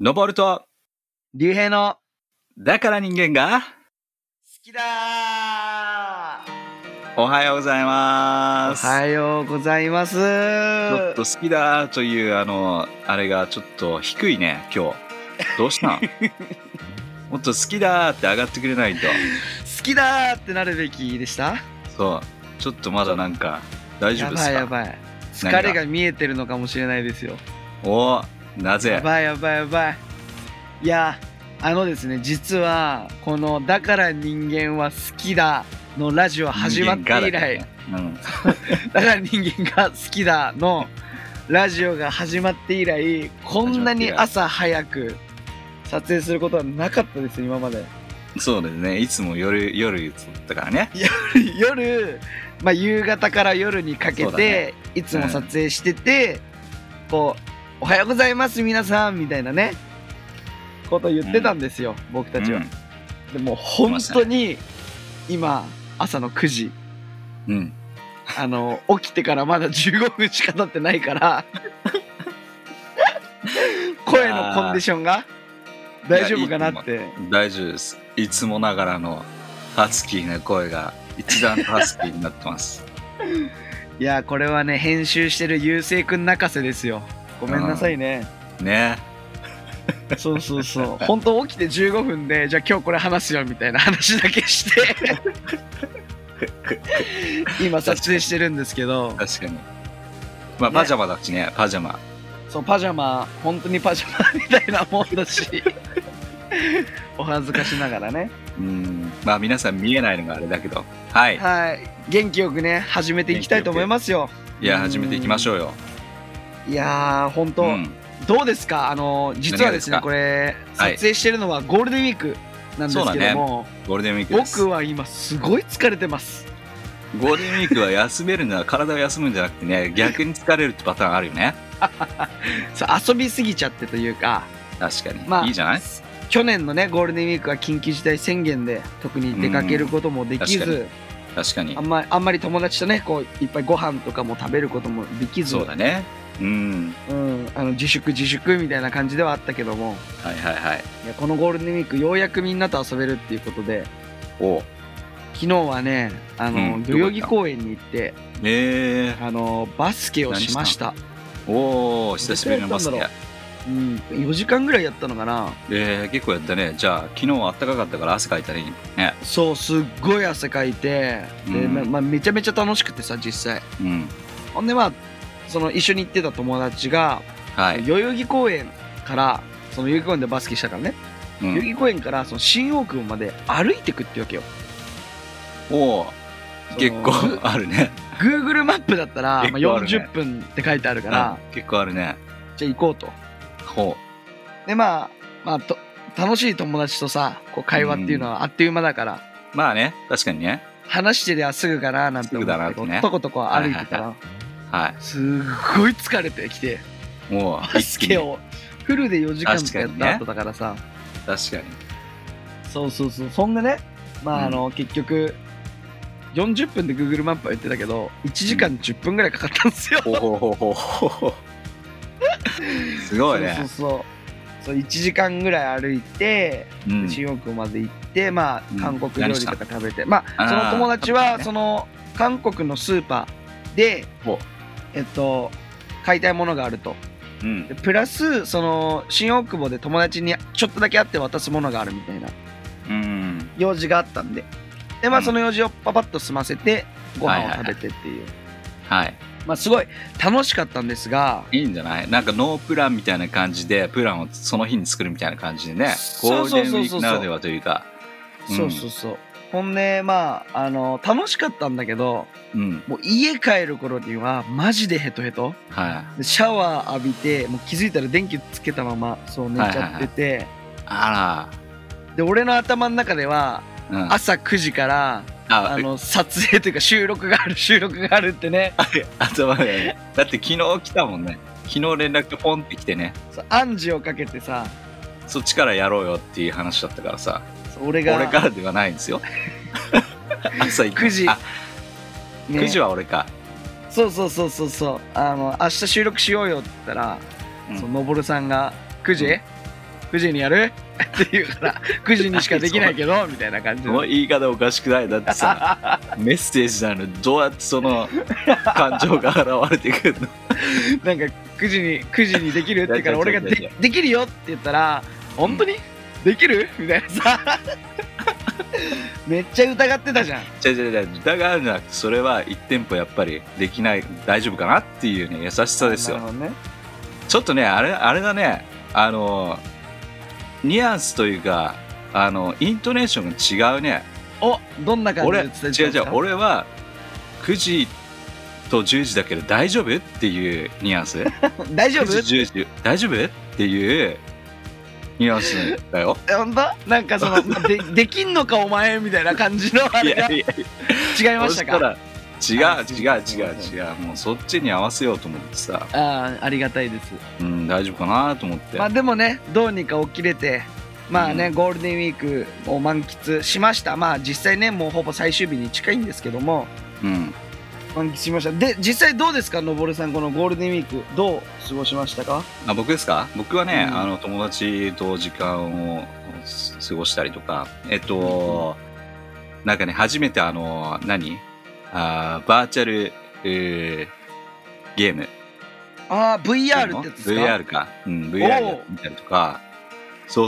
登ると竜兵のだから人間が好きだー。 おはようございます。 おはようございます。 ちょっと好きだというあれがちょっと低いね今日。どうしたん？もっと好きだって上がってくれないと。 好きだーってなるべきでした。 そうちょっとまだなんか大丈夫ですか？ やばい疲れが見えてるのかもしれないですよ。 おなぜ？ やばい。いやですね、実はこのだから人間は好きだのラジオ始まって以来、だから人間が好きだのラジオが始まって以来、こんなに朝早く撮影することはなかったです今まで。 そうですね、いつも夜だったからね。 夜、夕方から夜にかけて、いつも撮影してて、こうおはようございます皆さんみたいなねことを言ってたんですよ、僕たちは。でも本当に今朝の9時、起きてからまだ15分しか経ってないから声のコンディションが大丈夫かなって。 大丈夫です。いつもながらのハスキーな声が一段とハスキーになってますいやこれはね、編集してるゆうせいくん泣かせですよ。ごめんなさいね。 ねそう本当起きて15分でじゃあ今日これ話すよみたいな話だけして今撮影してるんですけど。 確かにパジャマだしね。パジャマ、 そうパジャマ、本当にパジャマみたいなもんだしお恥ずかしながらね。 皆さん見えないのがあれだけど、はい元気よくね始めていきたいと思いますよ。 いや始めていきましょうよ。 いや本当、どうですか？実はですね、これ撮影してるのはゴールデンウィークなんですけども、 ゴールデンウィークです。 僕は今すごい疲れてます。 ゴールデンウィークは休めるのは体を休むんじゃなくてね、逆に疲れるってパターンあるよねそう遊びすぎちゃってというか。 確かに、いいじゃない。 去年のねゴールデンウィークは緊急事態宣言で特に出かけることもできず、 確かにあんまり友達とねこういっぱいご飯とかも食べることもできず。 そうだね。 自粛みたいな感じではあったけども、いやこのゴールデンウィークようやくみんなと遊べるっていうことで、昨日はね代々木公園に行って、バスケをしました。 久しぶりのバスケ。 4時間ぐらいやったのかな。 結構やったね。じゃあ昨日は暖かかったから汗かいたね。 そうすっごい汗かいて、でめちゃめちゃ楽しくてさ実際。ほんでその一緒に行ってた友達が、代々木公園からその代々木公園でバスケしたからね、代々木公園からその新大久保まで歩いてくってわけよ。 結構あるね。 Google マップだったら、40分って書いてあるから、 結構あるね。 じゃあ行こうと。で楽しい友達とさこう会話っていうのはあっという間だから、 確かにね、 話してりゃすぐかななんて思ってとことこ歩いてたら、すっごい疲れてきて、バスケをフルで4時間とかやった後だからさ。 確かに。 そうそんでね、結局40分で Google マップは言ってたけど1時間10分ぐらいかかったんですよ。 すごいね。 そう1時間ぐらい歩いて、新大久保まで行って、韓国料理とか食べて、その友達はその韓国のスーパーで買いたいものがあると、でプラスその新大久保で友達にちょっとだけ会って渡すものがあるみたいな用事があったんで、その用事をパパッと済ませてご飯を食べてっていう、すごい楽しかったんですが。 いいんじゃない？なんかノープランみたいな感じでプランをその日に作るみたいな感じでね、ゴールデンウィークならではというか。 ほんで楽しかったんだけど、もう家帰る頃にはマジでヘトヘト、でシャワー浴びてもう気づいたら電気つけたまま寝ちゃってて、で俺の頭の中では、朝9時から撮影というか収録があるってね。 頭でだって昨日来たもんね。昨日連絡ポンって来てね、 暗示をかけてさ、 そっちからやろうよっていう話だったからさ。 俺からではないんですよ朝9時、9時は俺か。 そう明日収録しようよって言ったら、のぼるさんが9時、 9時にやるって言うから9時にしかできないけどみたいな感じの言い方おかしくない？だってさメッセージなのにどうやってその感情が現れてくるのなんか9時にできるって言うから俺ができるよって言ったら本当に、できるみたいなさめっちゃ疑ってたじゃん。 疑うんじゃなくて、それは1店舗やっぱりできない、大丈夫かなっていうね優しさですよ。ね、ちょっとねあれだね、ニュアンスというかイントネーションが違うね。 お、どんな感じで伝えてたんですか？ 俺は9時と10時だけど大丈夫っていうニュアンス大丈夫 9時10時大丈夫っていうニュアンスだよ。 本当？なんかそのできんのかお前みたいな感じのあれが違いましたか？ 違う、もうそっちに合わせようと思ってさ。 ありがたいです。 大丈夫かなと思って。 まあでもね、どうにか起きれて、まあね、ゴールデンウィークを満喫しました。まあ実際ね、もうほぼ最終日に近いんですけども、満喫しました。で、実際どうですか、のぼるさん、このゴールデンウィークどう過ごしましたか？ 僕ですか？僕はね、友達と時間を過ごしたりとか、なんかね、初めてバーチャル、ゲーム。 VR ってやつですか？ VR か。VR 見たりとか。そう。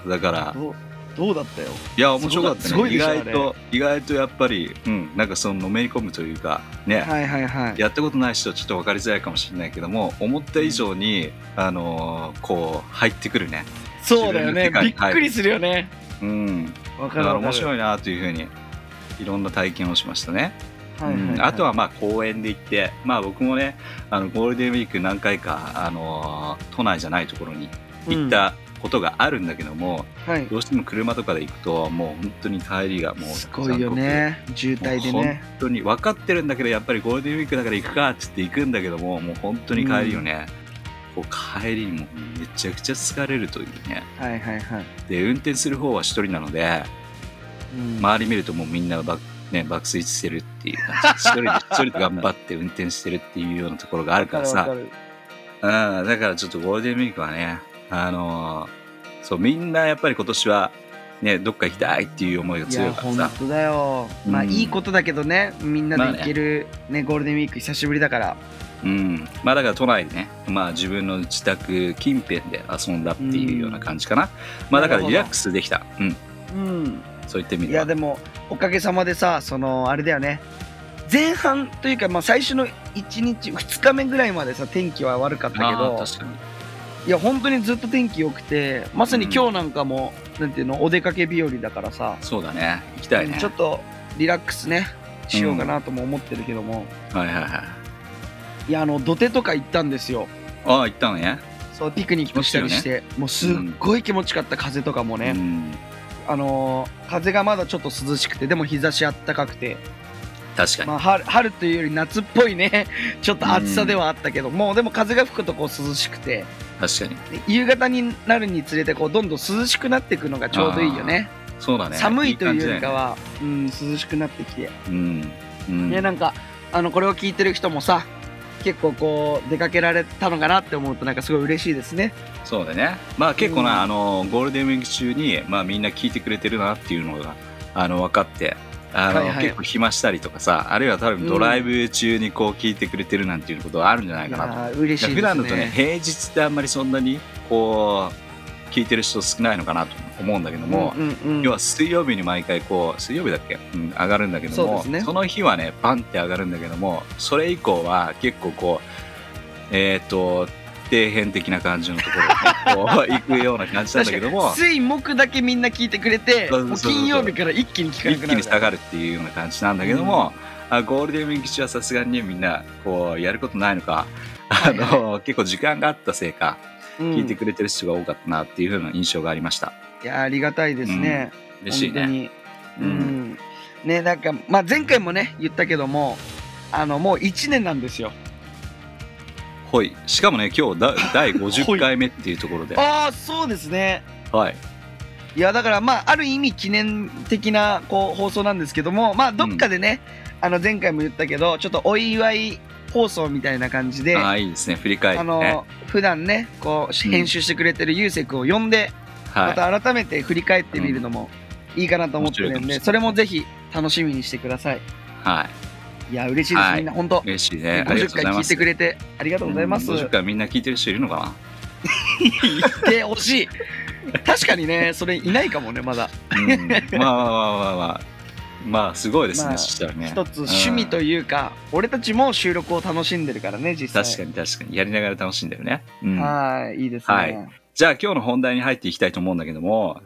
だから。 どうだったよ？ いや、面白かったね。 すごいでしょ、 意外とやっぱり、なんかそののめり込むというか、ね。やったことない人はちょっと分かりづらいかもしれないけども、思った以上に、こう、入ってくるね。 そうだよね。びっくりするよね。 だから面白いなというふうに。いろんな体験をしましたね。あとはまあ公園で行って、僕もねゴールデンウィーク何回か都内じゃないところに行ったことがあるんだけども、どうしても車とかで行くともう本当に帰りがもうすごいよね、渋滞でね。 本当に分かってるんだけど、やっぱりゴールデンウィークだから行くかって言って行くんだけども、もう本当に帰りよね、こう帰りにもめちゃくちゃ疲れるというね。で運転する方は一人なので、周り見るともうみんな爆睡してるっていう感じで一人で頑張って運転してるっていうようなところがあるからさだからちょっとゴールデンウィークはねそうみんなやっぱり今年はねどっか行きたいっていう思いが強いからさ。いや本当だよ、いいことだけどね、みんなで行ける、ゴールデンウィーク久しぶりだから。 だから都内でね、自分の自宅近辺で遊んだっていうような感じかな。だからリラックスできた。そういった意味では。いやでもおかげさまでさ、あれだよね、前半というか最初の1日2日目ぐらいまでさ天気は悪かったけど、 確かにいや本当にずっと天気良くて、まさに今日なんかも、なんていうの、お出かけ日和だからさ。 そうだね、行きたいね。 ちょっとリラックスねしようかなとも思ってるけども、いや土手とか行ったんですよ。 行ったのね。 そうピクニックしたりして、もうすっごい気持ちよかった。風とかもね、風がまだちょっと涼しくて、でも日差しあったかくて、 確かに、 春というより夏っぽいねちょっと暑さではあったけども、でも風が吹くとこう涼しくて、 確かに夕方になるにつれてこうどんどん涼しくなっていくのがちょうどいいよね。 そうだね、 寒いというよりかは、涼しくなってきて、なんかこれを聞いてる人もさ、結構こう出かけられたのかなって思うとなんかすごい嬉しいですね。 そうだね。結構な、ゴールデンウィーク中にみんな聞いてくれてるなっていうのが分かって、結構暇したりとかさ、あるいは多分ドライブ中にこう聞いてくれてるなんていうことがあるんじゃないかなと。 嬉しいですね。 普段だとね、平日ってあんまりそんなにこう聞いてる人少ないのかなと思うんだけども、要は水曜日に毎回こう、水曜日だっけ、上がるんだけども、 その日はねバンって上がるんだけども、それ以降は結構こう底辺的な感じのところに、ね、こう行くような感じなんだけども水木だけみんな聞いてくれて、金曜日から一気に聞かなくなる、 一気に下がるっていうような感じなんだけども、ゴールデンウィーク中はさすがにみんなこうやることないのか、結構時間があったせいか、聞いてくれてる人が多かったなっていう風な印象がありました。 いやありがたいですね、 嬉しいね。 ね、なんか前回もね言ったけども、もう1年なんですよ。 はい。しかもね今日第50回目っていうところでそうですね。 いやだからある意味記念的なこう放送なんですけども、どっかでね、前回も言ったけどちょっとお祝い放送みたいな感じで、 いいですね、振り返ってね、 普段ねこう編集してくれてるゆうせいくんを呼んで、また改めて振り返ってみるのもいいかなと思ってるんで、それもぜひ楽しみにしてください。いや嬉しいです、みんな本当嬉しいね。 50回聞いてくれてありがとうございます。 50回みんな聞いてる人いるのかな。 言ってほしい。確かにね、それいないかもね、まだ。 まあすごいですね、そしたらね。 一つ趣味というか、俺たちも収録を楽しんでるからね、実際。 確かにやりながら楽しんでるね。 いいですね。 じゃあ今日の本題に入っていきたいと思うんだけども、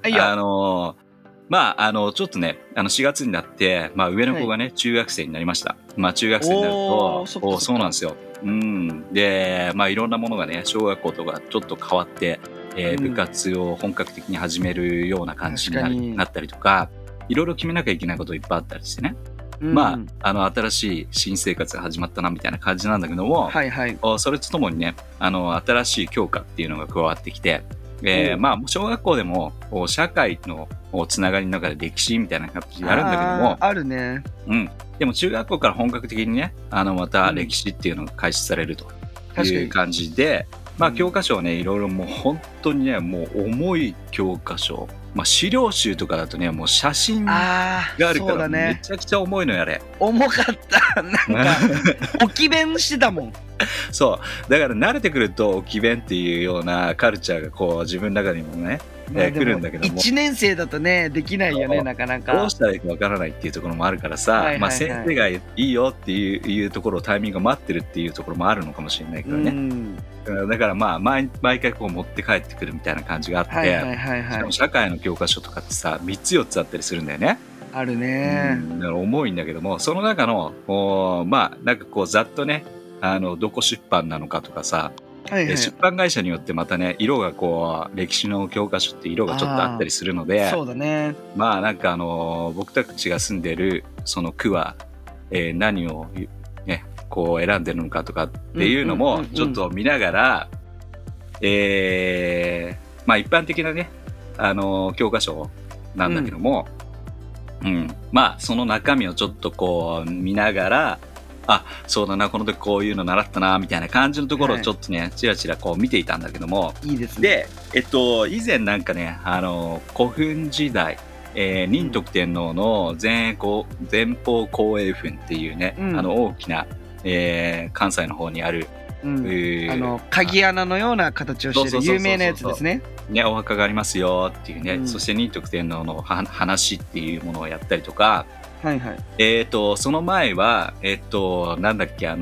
ちょっとね、4月になって、上の子がね、中学生になりました。中学生になると、そうなんですよ。で、いろんなものがね、小学校とかちょっと変わって、部活を本格的に始めるような感じになったりとか、いろいろ決めなきゃいけないこといっぱいあったりしてね。新しい新生活が始まったなみたいな感じなんだけども、それとともにね、新しい教科っていうのが加わってきて、小学校でも社会のつながりの中で歴史みたいな形であるんだけども、 あるね。 でも中学校から本格的にね、また歴史っていうのが開始されるという感じで、教科書をね、いろいろもう本当にね、もう重い教科書、資料集とかだとね、もう写真があるからめちゃくちゃ重いのやれ。 重かった。なんか置き弁してたもん。 そうだから慣れてくると置き弁っていうようなカルチャーがこう自分の中にもね、来るんだけども、 1年生だとねできないよね、なかなか。 どうしたらいいかわからないっていうところもあるからさ、先生がいいよっていうところをタイミングが待ってるっていうところもあるのかもしれないからね。だから毎回こう持って帰ってくるみたいな感じがあって、しかも社会の教科書とかってさ3つ4つあったりするんだよね。 あるね。 だから重いんだけども、その中のなんかこうざっとね、どこ出版なのかとかさ、出版会社によってまたね、色がこう歴史の教科書って色がちょっとあったりするので、 そうだね。 なんか僕たちが住んでるその区は、何をねこう選んでるのかとかっていうのもちょっと見ながら、一般的なね教科書なんだけども、その中身をちょっとこう見ながら、そうだな、この時こういうの習ったなみたいな感じのところをちょっとね、ちらちらこう見ていたんだけども、 いいですね。 で、以前なんかね、古墳時代、仁徳天皇の前方後円墳っていうね、大きな、関西の方にある、 鍵穴のような形をしている有名なやつですね。 お墓がありますよっていうね、そして仁徳天皇の話っていうものをやったりとか、その前はなんだっけ、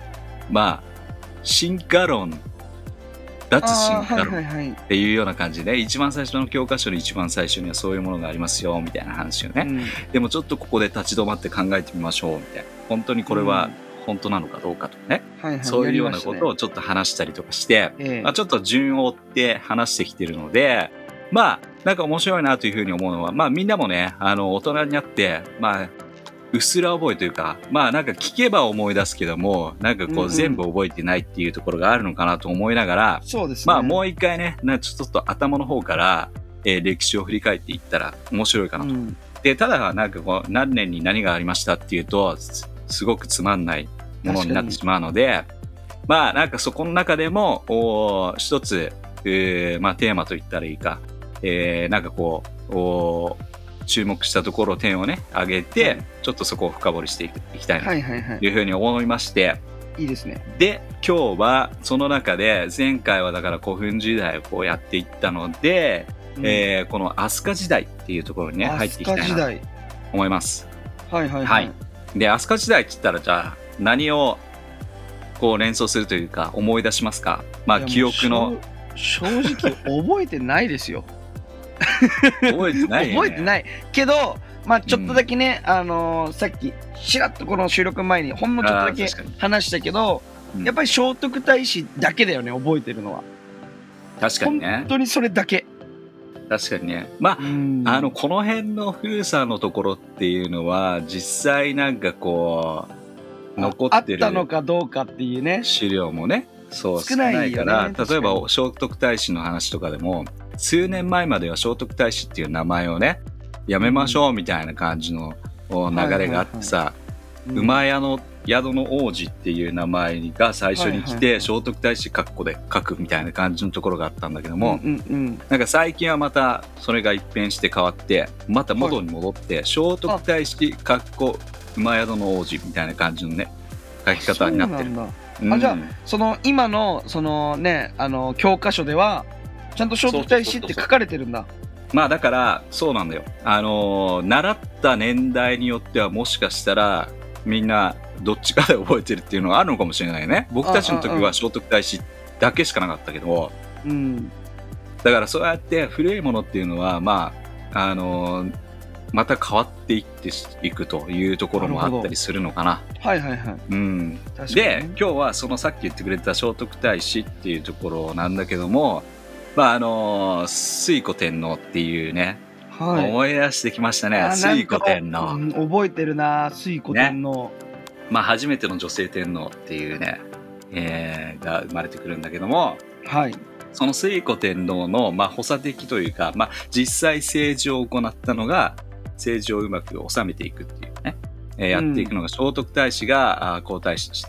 進化論、脱進化論っていうような感じで、一番最初の教科書の一番最初にはそういうものがありますよみたいな話をね、でもちょっとここで立ち止まって考えてみましょうみたいな、本当にこれは本当なのかどうかとかね、そういうようなことをちょっと話したりとかして、ちょっと順を追って話してきてるので、なんか面白いなというふうに思うのは、みんなもね、大人になって、うっすら覚えというか、なんか聞けば思い出すけども、なんかこう全部覚えてないっていうところがあるのかなと思いながら、 そうですね。 もう一回ね、ちょっと頭の方から、歴史を振り返っていったら面白いかなと。で、ただなんかこう何年に何がありましたっていうと、すごくつまんないものになってしまうので、なんかそこの中でも一つ、テーマと言ったらいいか、なんかこう注目したところ、点をね上げて、ちょっとそこを深掘りしていきたいなというふうに思いまして、 いいですね。 で、今日はその中で、前回はだから古墳時代をこうやっていったので、この飛鳥時代っていうところにね入っていきたいなと思います。で、飛鳥時代って言ったら、じゃあ何をこう連想するというか思い出しますか？記憶の正直覚えてないですよ。 覚えてないよね。 覚えてないけど、ちょっとだけね、さっきちらっとこの収録前にほんのちょっとだけ話したけど、やっぱり聖徳太子だけだよね、覚えてるのは。 確かにね。 本当にそれだけ。 確かにね。この辺の古さのところっていうのは実際なんかこう残ってる、 あったのかどうかっていうね、 資料もね、そう少ないから、例えば聖徳太子の話とかでも、数年前までは聖徳太子っていう名前をねやめましょうみたいな感じの流れがあってさ、 馬屋の宿の王子っていう名前が最初に来て、聖徳太子括弧で書くみたいな感じのところがあったんだけども、なんか最近はまたそれが一変して変わってまた元に戻って、聖徳太子括弧馬宿の王子みたいな感じのね書き方になってる。 じゃあその今のそのね教科書ではちゃんと聖徳太子って書かれてるんだ。 まあだからそうなんだよ。習った年代によってはもしかしたらみんなどっちかで覚えてるっていうのがあるのかもしれないね。僕たちの時は聖徳太子だけしかなかったけど、だからそうやって古いものっていうのはまあまた変わっていっていくというところもあったりするのかな。で今日はそのさっき言ってくれた聖徳太子っていうところなんだけども、まあ推古天皇っていうね、思い出してきましたね。推古天皇、 覚えてるな。推古天皇、 まあ初めての女性天皇っていうね、が生まれてくるんだけども、その推古天皇のまあ補佐的というか、まあ実際政治を行ったのが政治をうまく収めていくっていうね、やっていくのが聖徳太子が皇太子として、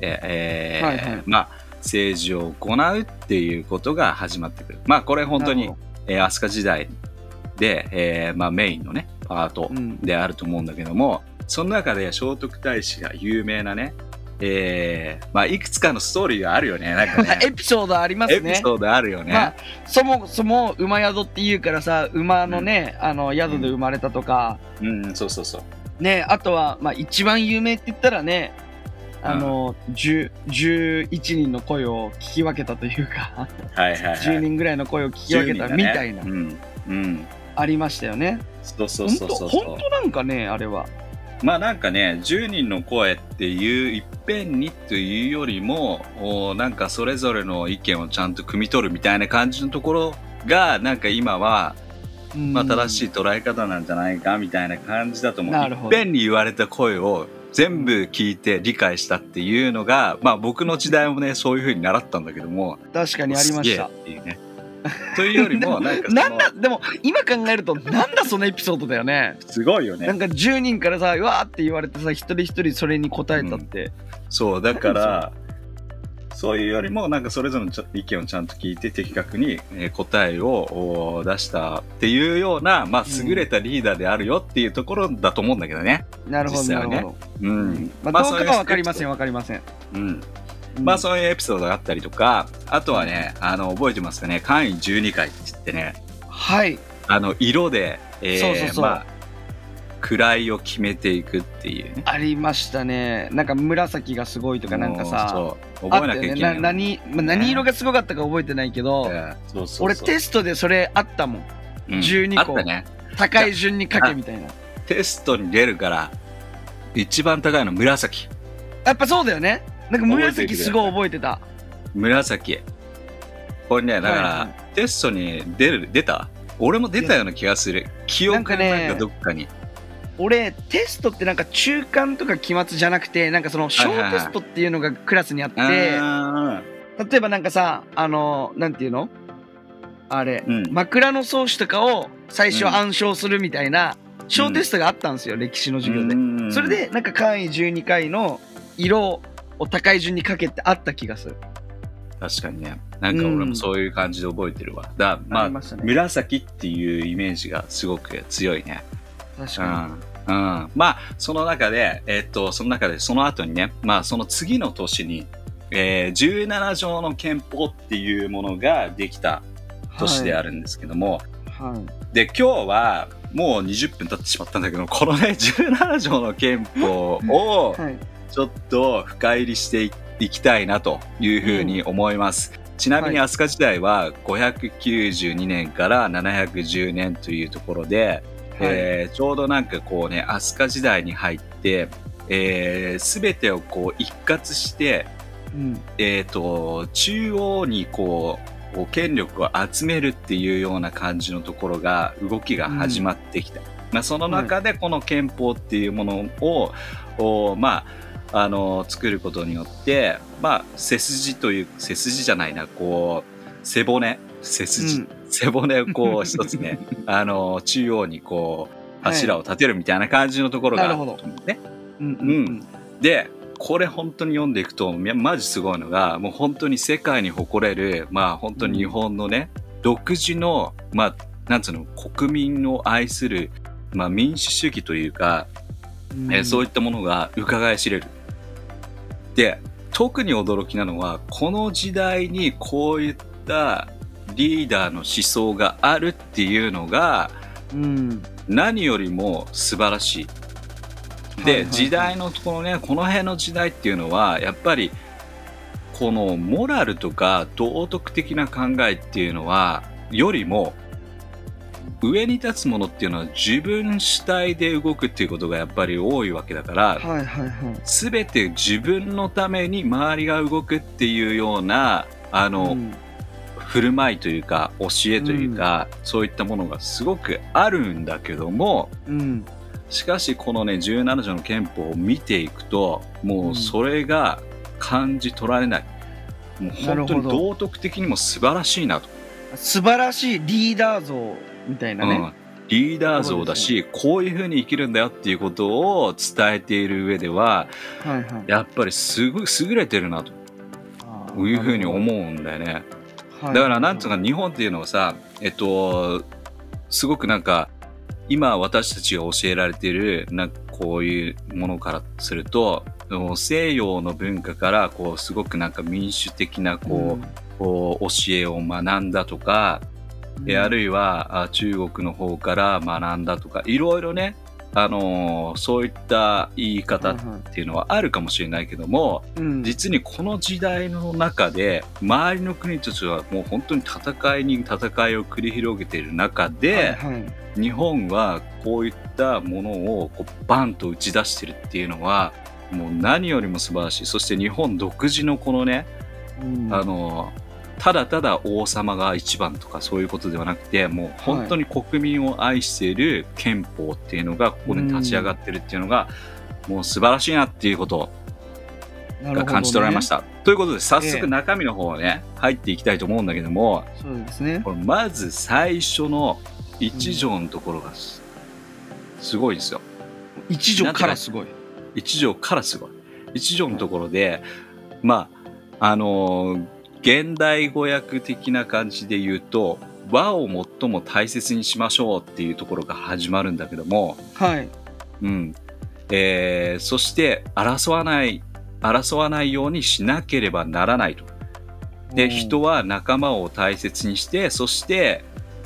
まあ政治を行うっていうことが始まってくる。まあこれ本当に飛鳥時代で、まあメインのねパートであると思うんだけども、その中で聖徳太子が有名なね、まあいくつかのストーリーがあるよね。なんかねエピソードありますね。 エピソードあるよね。 まあ、そもそも馬宿っていうからさ、馬のね、宿で生まれたとか、 そうそうそうね。あとはまあ一番有名って言ったらね、11人の声を聞き分けたというか10人ぐらいの声を聞き分けたみたいな、ありましたよね。 そう本当なんかね、あれはまあなんかね、10人の声っていういっぺんにというよりも、なんかそれぞれの意見をちゃんと汲み取るみたいな感じのところがなんか今はまあ正しい捉え方なんじゃないかみたいな感じだと思う。いっぺんに言われた声を全部聞いて理解したっていうのが、まあ僕の時代もねそういう風に習ったんだけども、 確かにありました。 っていうね。というよりもなんかでも今考えるとなんだそのエピソードだよね。 すごいよね。 なんか10人からさうわーって言われてさ、一人一人それに答えたって、 そうだからそういうよりもなんかそれぞれの意見をちゃんと聞いて的確に答えを出したっていうような、まあ優れたリーダーであるよっていうところだと思うんだけどね。 なるほど、なるほど。まあどうかは分かりません、分かりません。 まあそういうエピソードがあったりとか、あとはね、覚えてますかね、簡位12回って言ってね、色で、まあ位を決めていくっていうね。 ありましたね。なんか紫がすごいとかなんかさ、 そう覚えなきゃいけない。 何色がすごかったか覚えてないけど、俺テストでそれあったもん。12個、高い順に書けみたいな。 テストに出るから一番高いの紫。 やっぱそうだよね。なんか紫すごい覚えてた。 紫。これね、だからテストに出た？俺も出たような気がする。記憶なんかどっかに。 俺テストってなんか中間とか期末じゃなくて、なんかその小テストっていうのがクラスにあって、例えばなんかさ、なんていうのあれ、枕草子とかを最初暗唱するみたいな小テストがあったんですよ、歴史の授業で。それでなんか簡易12回の色を高い順にかけてあった気がする。 確かにね。なんか俺もそういう感じで覚えてるわ。だまあ紫っていうイメージがすごく強いね。 確かに。 まあその中でその後にね、まあその次の年に、17条の憲法っていうものができた年であるんですけども、で今日はもう20分経ってしまったんだけど、このね17条の憲法をちょっと深入りしていきたいなというふうに思います。ちなみに飛鳥時代は592年から710年というところで、ちょうどなんかこうね飛鳥時代に入って、全てをこう一括して、中央にこう権力を集めるっていうような感じのところが動きが始まってきた。まあ、その中でこの憲法っていうものを、まあ作ることによって、まあ背筋じゃないな、こう背骨をこう一つね中央にこう柱を立てるみたいな感じのところがあると思うね。 でこれ本当に読んでいくとマジすごいのが、もう本当に世界に誇れる、本当に日本のね、独自のなんつうの、国民を愛する、民主主義というか、そういったものが伺い知れる。で特に驚きなのは、この時代にこういったリーダーの思想があるっていうのが、何よりも素晴らしい。で、時代のこの辺の時代っていうのはやっぱりこのモラルとか道徳的な考えっていうのはよりも、上に立つものっていうのは自分主体で動くっていうことがやっぱり多いわけだから、全て自分のために周りが動くっていうような振る舞いというか教えというか、そういったものがすごくあるんだけども、しかしこのね17条の憲法を見ていくと、もうそれが感じ取られない。もう本当に道徳的にも素晴らしいなと。 素晴らしいリーダー像みたいなね、 リーダー像だし、こういう風に生きるんだよっていうことを伝えている上では、やっぱり優れてるなという風に思うんだよね。だからなんつうか、日本っていうのはさ、すごくなんか今私たちが教えられているこういうものからすると、西洋の文化からすごくなんか民主的な教えを学んだとか、あるいは中国の方から学んだとか、いろいろね、そういった言い方っていうのはあるかもしれないけども、実にこの時代の中で周りの国たちはもう本当に戦いを繰り広げている中で、日本はこういったものをバンと打ち出してるっていうのはもう何よりも素晴らしい。そして日本独自のこのね、ただただ王様が一番とかそういうことではなくて、もう本当に国民を愛している憲法っていうのがここに立ち上がってるっていうのが、もう素晴らしいなっていうことが感じ取られました、ということで早速中身の方をね、入っていきたいと思うんだけども、 そうですね、 これまず最初の1条のところがすごいですよ。 1条からすごい。 1条からすごい。1条のところで、現代語訳的な感じで言うと、和を最も大切にしましょうっていうところが始まるんだけども、そして争わないようにしなければならないと。で、人は仲間を大切にして、そして、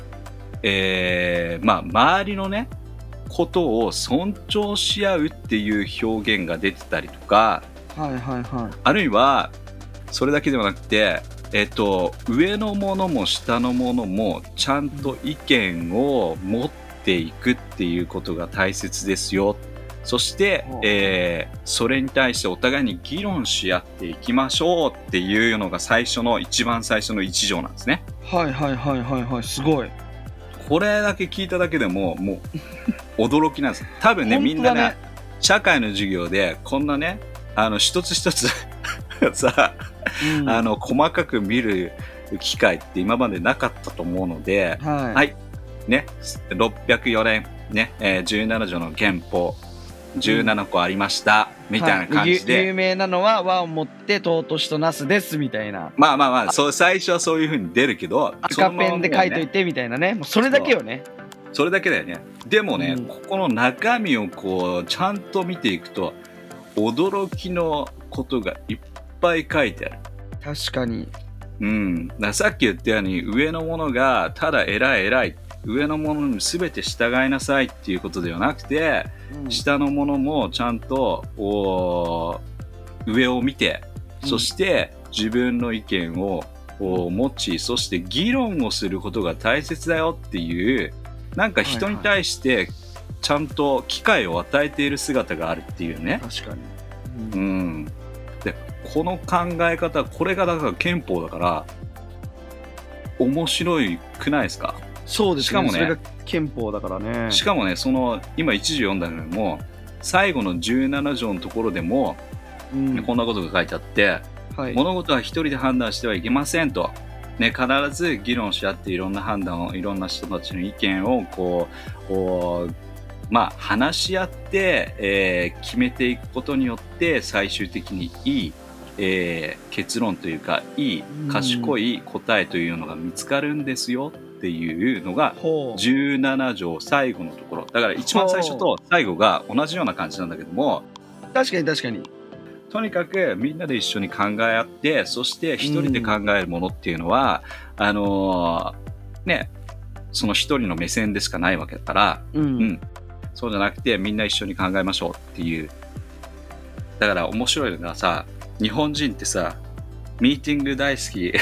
周りのねことを尊重し合うっていう表現が出てたりとか、あるいはそれだけではなくて、上のものも下のものもちゃんと意見を持っていくっていうことが大切ですよ。そして、それに対してお互いに議論し合っていきましょうっていうのが一番最初の1条なんですね。 すごい。 これだけ聞いただけでももう驚きなんです。多分ね、みんなね、社会の授業でこんなね、一つ一つさ、細かく見る機会って今までなかったと思うので、ね、604年ね、17条の憲法17個ありました、みたいな感じで、 有名なのは和をもって尊しとなすですみたいな。 最初はそういう風に出るけど、 赤ペンで書いといてみたいなね。もうそれだけよね。 それだけだよね。でもね、ここの中身をちゃんと見ていくと驚きのことがいっぱい書いてある。 確かに。 だからさっき言ったように、上のものがただ偉い、上のものに全て従いなさいっていうことではなくて、下のものもちゃんと上を見て、そして自分の意見を持ち、そして議論をすることが大切だよっていう、なんか人に対してちゃんと機会を与えている姿があるっていうね。 確かに。 で、この考え方、これがだから憲法だから面白くないですか？ そうですね。しかもね、それが憲法だからね。 しかもね、その今1条読んだのも最後の17条のところでも、こんなことが書いてあって、物事は一人で判断してはいけませんと、ね、必ず議論し合っていろんな判断を、いろんな人たちの意見を話し合って、決めていくことによって最終的にいい、結論というかいい賢い答えというのが見つかるんですよっていうのが17条最後のところだから、一番最初と最後が同じような感じなんだけども、 確かに確かに、 とにかくみんなで一緒に考え合って、そして一人で考えるものっていうのは、その一人の目線でしかないわけだから、そうじゃなくてみんな一緒に考えましょうっていう。だから面白いのがさ、日本人ってさ、ミーティング大好き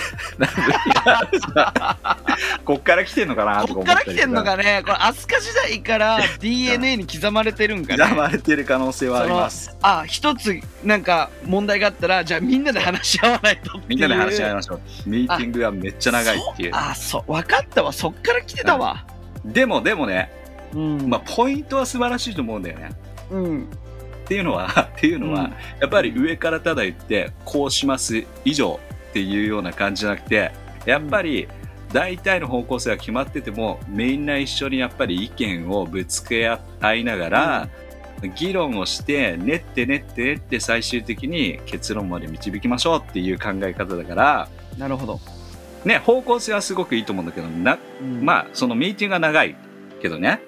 こっから来てんのかなとか思ったり。こっから来てんのかね。これ飛鳥時代から DNA に刻まれてるんかね。 刻まれてる可能性はあります。 一つなんか問題があったら、じゃあみんなで話し合わないとっていう。 みんなで話し合いましょう。ミーティングがめっちゃ長いっていう。 分かったわ。そっから来てたわ。 でもね、ポイントは素晴らしいと思うんだよね。っていうのはやっぱり上からただ言ってこうします以上っていうような感じじゃなくて、やっぱり大体の方向性は決まってても、みんな一緒にやっぱり意見をぶつけ合いながら、議論をして練って最終的に結論まで導きましょうっていう考え方だから。 なるほどね、方向性はすごくいいと思うんだけどそのミーティングが長いけどね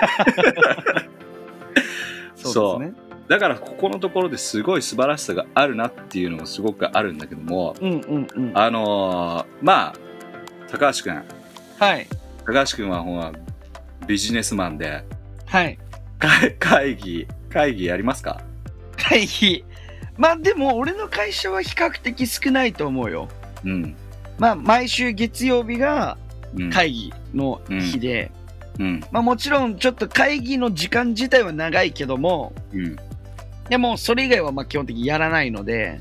そうですね。 だからここのところですごい素晴らしさがあるなっていうのがすごくあるんだけども、高橋くん、高橋くんはビジネスマンで、会議やりますか？ 会議、でも俺の会社は比較的少ないと思うよ。毎週月曜日が会議の日で、もちろんちょっと会議の時間自体は長いけども、でもそれ以外は基本的にやらないので、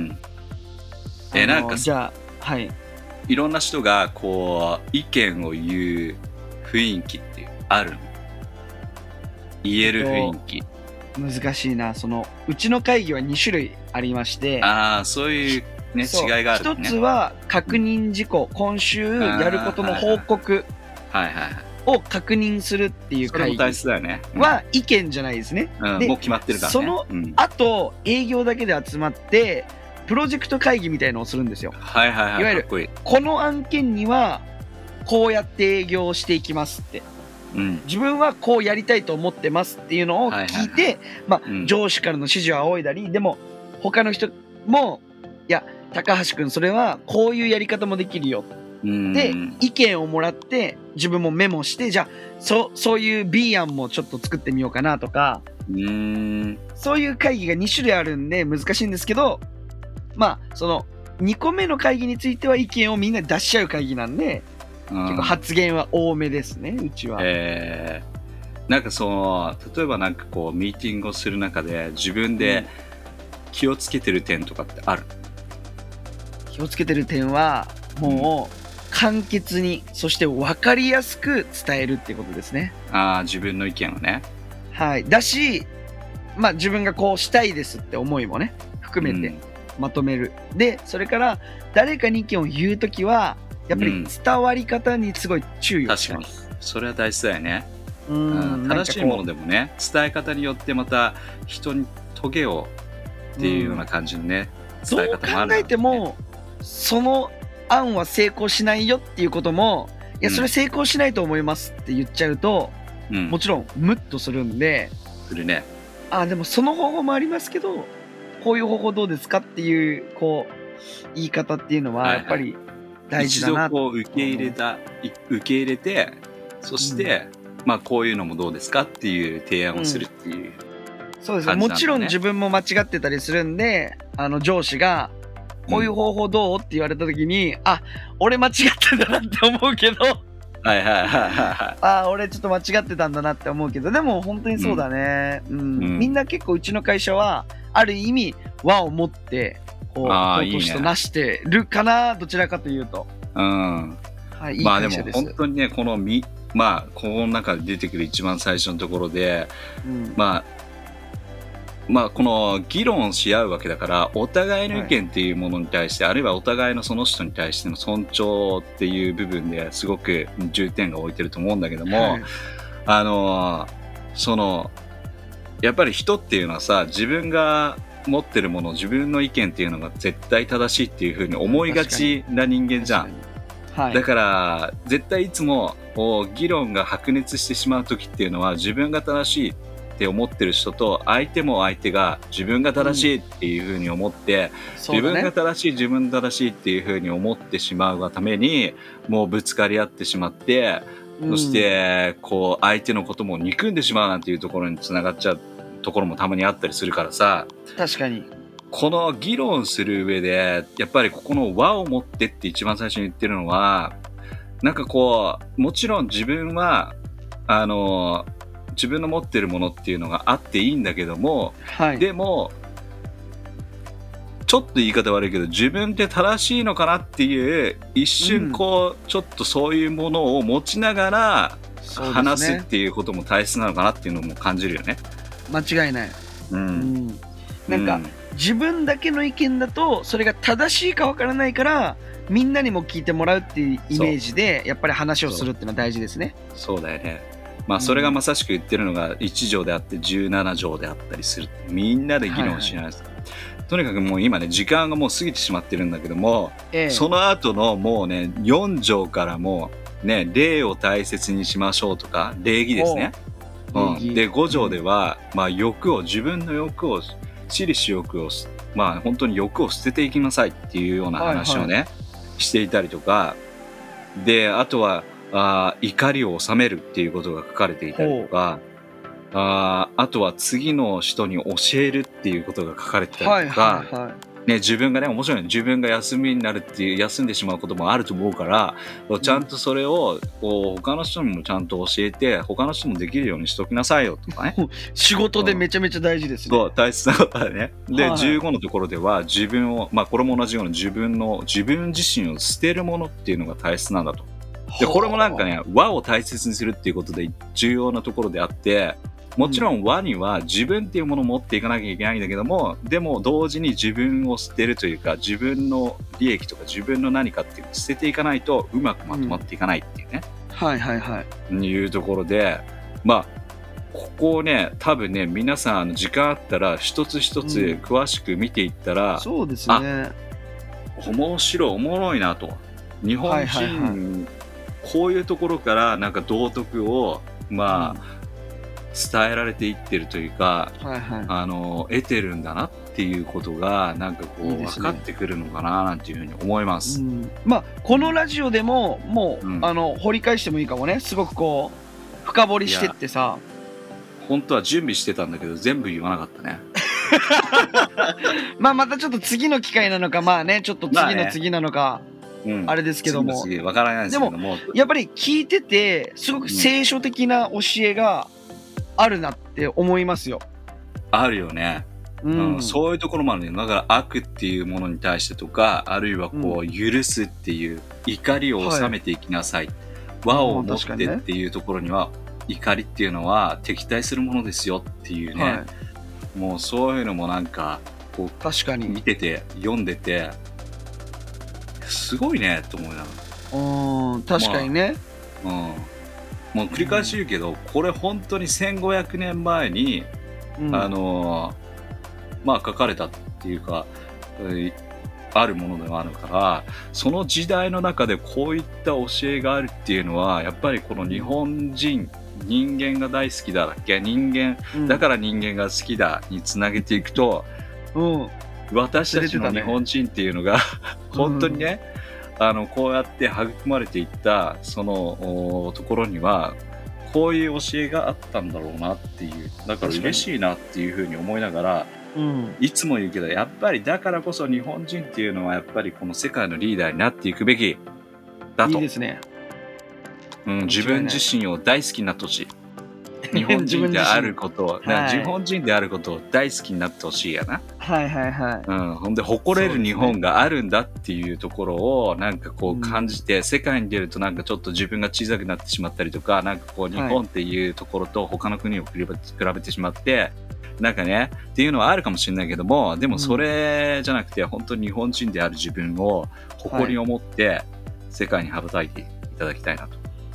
なんかじゃあいろんな人がこう意見を言う雰囲気ってあるの？言える雰囲気、 難しいな。うちの会議は2種類ありまして、 そういうね、違いがあるね。 一つは確認事項、今週やることの報告を確認するっていう会議は意見じゃないですね。 でもう決まってるからね。 その後営業だけで集まってプロジェクト会議みたいのをするんですよ。いわゆるこの案件にはこうやって営業していきますって、自分はこうやりたいと思ってますっていうのを聞いて、上司からの指示を仰いだり、でも他の人もいや高橋君それはこういうやり方もできるよで意見をもらって自分もメモして、じゃあそういう B 案もちょっと作ってみようかなとか、そういう会議が2種類あるんで難しいんですけど、その2個目の会議については意見をみんなで出し合う会議なんで、結構発言は多めですね、うちは。 なんか例えばなんかこうミーティングをする中で自分で気をつけてる点とかってある？ 気をつけてる点はもう簡潔に、そして分かりやすく伝えるっていうことですね。 自分の意見をね。 だし、自分がこうしたいですって思いもね含めてまとめる。でそれから誰かに意見を言うときはやっぱり伝わり方にすごい注意をします。 確かにそれは大事だよね。正しいものでもね、伝え方によってまた人にトゲをっていうような感じのね、伝え方もある、 どう考えてもその案は成功しないよっていうことも、いやそれ成功しないと思いますって言っちゃうと、もちろんムッとするんで、 ね、 でもその方法もありますけど、こういう方法どうですかっていうこう言い方っていうのはやっぱり大事だな。 一度こう受け入れて、そして、こういうのもどうですかっていう提案をするっていう、 そうですね。もちろん自分も間違ってたりするんで、上司がこういう方法どうって言われた時に、俺間違ってたなって思うけど俺ちょっと間違ってたんだなって思うけど、でも本当にそうだね。みんな結構うちの会社はある意味和を持ってこうとしてなしてるかな、どちらかというと。いい会社です。 でも本当にね、このこの中で出てくる一番最初のところで、この議論し合うわけだから、お互いの意見っていうものに対して、あるいはお互いのその人に対しての尊重っていう部分ですごく重点が置いてると思うんだけども、 そのやっぱり人っていうのはさ、自分が持ってるもの、自分の意見っていうのが絶対正しいっていう風に思いがちな人間じゃん。はい、だから絶対いつも議論が白熱してしまう時っていうのは、自分が正しいって思ってる人と、相手も相手が自分が正しいっていう風に思って、自分が正しい自分正しいっていう風に思ってしまうがために、もうぶつかり合ってしまって、そしてこう相手のことも憎んでしまうなんていうところにつながっちゃうところもたまにあったりするからさ。 確かにこの議論する上でやっぱりここの和を持ってって一番最初に言ってるのは、なんかこうもちろん自分は自分の持ってるものっていうのがあっていいんだけども、はい、でもちょっと言い方悪いけど、自分って正しいのかなっていう一瞬こう、ちょっとそういうものを持ちながら話すっていうことも大切なのかなっていうのも感じるよね。 間違いない。なんか、自分だけの意見だとそれが正しいかわからないから、みんなにも聞いてもらうっていうイメージでやっぱり話をするっていうのは大事ですね。 そうだよね。まあそれがまさしく言ってるのが1条であって17条であったりする。みんなで議論しないです、とにかくもう今ね時間がもう過ぎてしまってるんだけども、その後のもうね4条からもね、礼を大切にしましょうとか礼儀ですね。で5条では、まあ欲を、自分の欲を、私利私欲を、まあ本当に欲を捨てていきなさいっていうような話をね、していたりとか、であとは怒りを収めるっていうことが書かれていたりとか、あとは次の人に教えるっていうことが書かれてたりとか、ね、自分がね、面白いね、自分が休みになるっていう、休んでしまうこともあると思うから、ちゃんとそれを他の人にもちゃんと教えて、他の人もできるようにしときなさいよとかね。 仕事でめちゃめちゃ大事ですね。 そう、大切なことだね。で、15のところでは自分を、まあこれも同じように自分自身を捨てるものっていうのが大切なんだと。で、これもなんかね、和を大切にするっていうことで重要なところであって、もちろん和には自分っていうものを持っていかなきゃいけないんだけども、でも同時に自分を捨てるというか、自分の利益とか自分の何かっていうのを捨てていかないとうまくまとまっていかないっていうね、いうところで、まあここをね、多分ね、皆さん時間あったら一つ一つ詳しく見ていったら、 そうですね、 面白い、おもろいなと。日本人、こういうところからなんか道徳をまあ、伝えられていってるというか、得てるんだなっていうことがなんかこう分かってくるのかななんていうふうに思います。 まあこのラジオでももう、掘り返してもいいかもね。すごくこう深掘りしてってさ。 本当は準備してたんだけど全部言わなかったね。 まあまたちょっと次の機会なのか、まあね、ちょっと次の次なのか。あれですけども、 わからないですけども、 やっぱり聞いててすごく聖書的な教えがあるなって思いますよ。 あるよね。そういうところもあるね。だから悪っていうものに対してとか、あるいはこう許すっていう、怒りを収めていきなさい、和を持ってっていうところには、怒りっていうのは敵対するものですよっていうね、もうそういうのもなんかこう確かに見てて読んでてすごいねと思いながら。確かにね。 もう繰り返し言うけど、これ本当に1500年前に、まあ書かれたっていうか、あるものではあるから、その時代の中でこういった教えがあるっていうのはやっぱりこの日本人、人間が大好きだっけ、人間、だから人間が好きだにつなげていくと、私たちの日本人っていうのが本当にね、こうやって育まれていったそのところにはこういう教えがあったんだろうなっていう、だから嬉しいなっていうふうに思いながら、いつも言うけど、やっぱりだからこそ日本人っていうのはやっぱりこの世界のリーダーになっていくべきだと。 いいですね。 自分自身を大好きになってほしい。日本人であることを、日本人であることを大好きになってほしいやな。ほんで誇れる日本があるんだっていうところをなんかこう感じて、世界に出るとなんかちょっと自分が小さくなってしまったりとか、なんかこう日本っていうところと他の国を比べてしまって、なんかねっていうのはあるかもしれないけども、でもそれじゃなくて、本当に日本人である自分を誇りを持って世界に羽ばたいていただきたいなと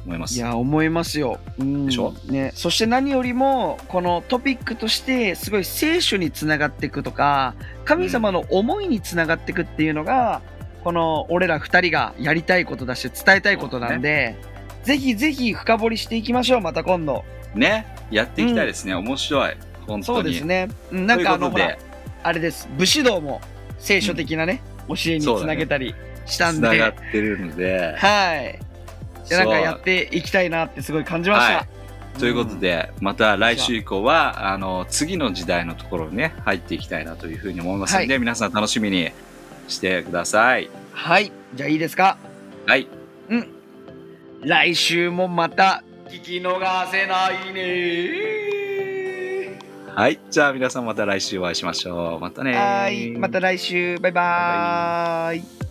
思います。 いや思いますよ、 でしょ、 ね、そして何よりもこのトピックとしてすごい聖書につながっていくとか神様の思いにつながっていくっていうのが、この俺ら2人がやりたいことだし伝えたいことなんで、ぜひぜひ深掘りしていきましょう。また今度ねやっていきたいですね、面白い本当に。 そうですね、なんかほらあれです、武士道も聖書的なね、教えにつなげたりしたんで、 つながってるので、 はいでなんかやっていきたいなってすごい感じました、 ということで、また来週以降は次の時代のところにね入っていきたいなというふうに思いますので、皆さん楽しみにしてください。 はい、じゃあいいですか。 はい、 来週もまた聞き逃せないね。 はい、じゃあ皆さんまた来週お会いしましょう。またね。 はい、また来週、バイバーイ。